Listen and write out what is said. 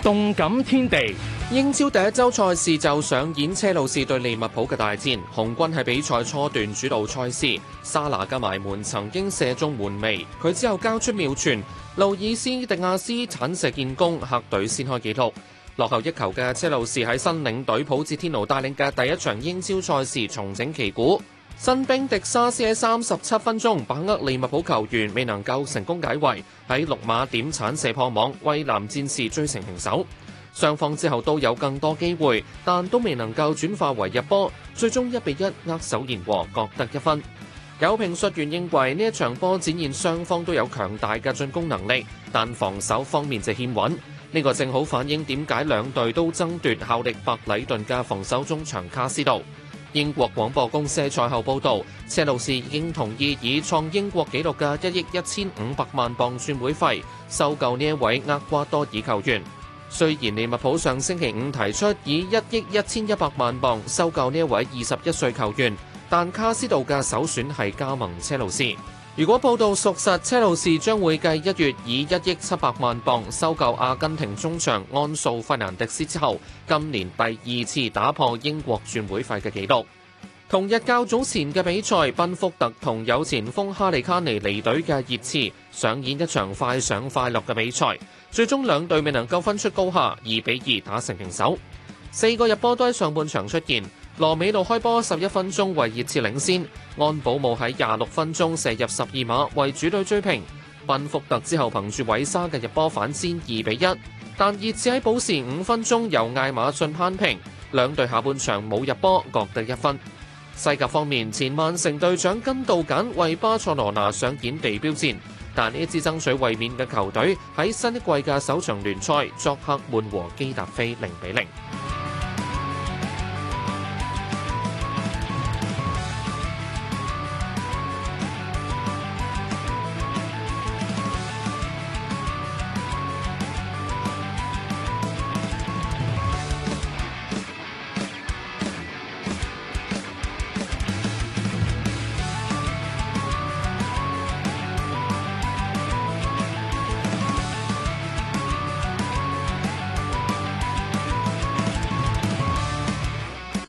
動感天地， 英超第一周賽事就上演車路士對利物浦嘅大戰，紅軍喺比賽初段主導賽事，沙拿嘅埋門曾經射中門楣，佢之後交出妙傳，路爾斯迪亞斯鏟射建功，客隊先開紀錄。落後一球嘅車路士喺新領隊普捷天奴帶領嘅第一場英超賽事重整旗鼓。新兵迪沙斯喺37分鐘把握利物浦球員未能夠成功解圍，喺6碼點鏟射破網，為藍戰士追成平手。雙方之後都有更多機會，但都未能夠轉化為入波，最終1-1握手言和，各得1分。有評述員認為呢一場波展現雙方都有強大嘅進攻能力，但防守方面就欠穩。呢個正好反映點解兩隊都爭奪效力白禮頓嘅防守中場卡斯道。英國廣播公司賽後報導，車路士已經同意以創英國紀錄嘅1億1500萬磅轉會費收購呢一位厄瓜多爾球員。雖然利物浦上星期五提出以1億1100萬磅收購呢一位21歲球員，但卡斯道嘅首選係加盟車路士。如果報道屬實，車路士將會繼1月以1億700萬磅收購阿根廷中場安素費南迪斯之後，今年第2次打破英國轉會費嘅紀錄。同日較早前嘅比賽，賓福特同有前鋒哈利卡尼離隊嘅熱刺上演一場快上快落嘅比賽，最終兩隊未能夠分出高下，2-2打成平手。4個入波都喺上半場出現。羅美路開波11分鐘為熱刺領先，安保姆喺26分鐘射入12碼為主隊追平。賓福特之後憑住韋沙嘅入波反先2-1，但熱刺喺補時5分鐘由艾馬遜扳平，兩隊下半場冇入波，各得1分。西甲方面，前曼城隊長根道簡為巴塞羅那上演地標戰，但呢一支爭取衛冕嘅球隊喺新一季嘅首場聯賽作客悶和基達菲0-0。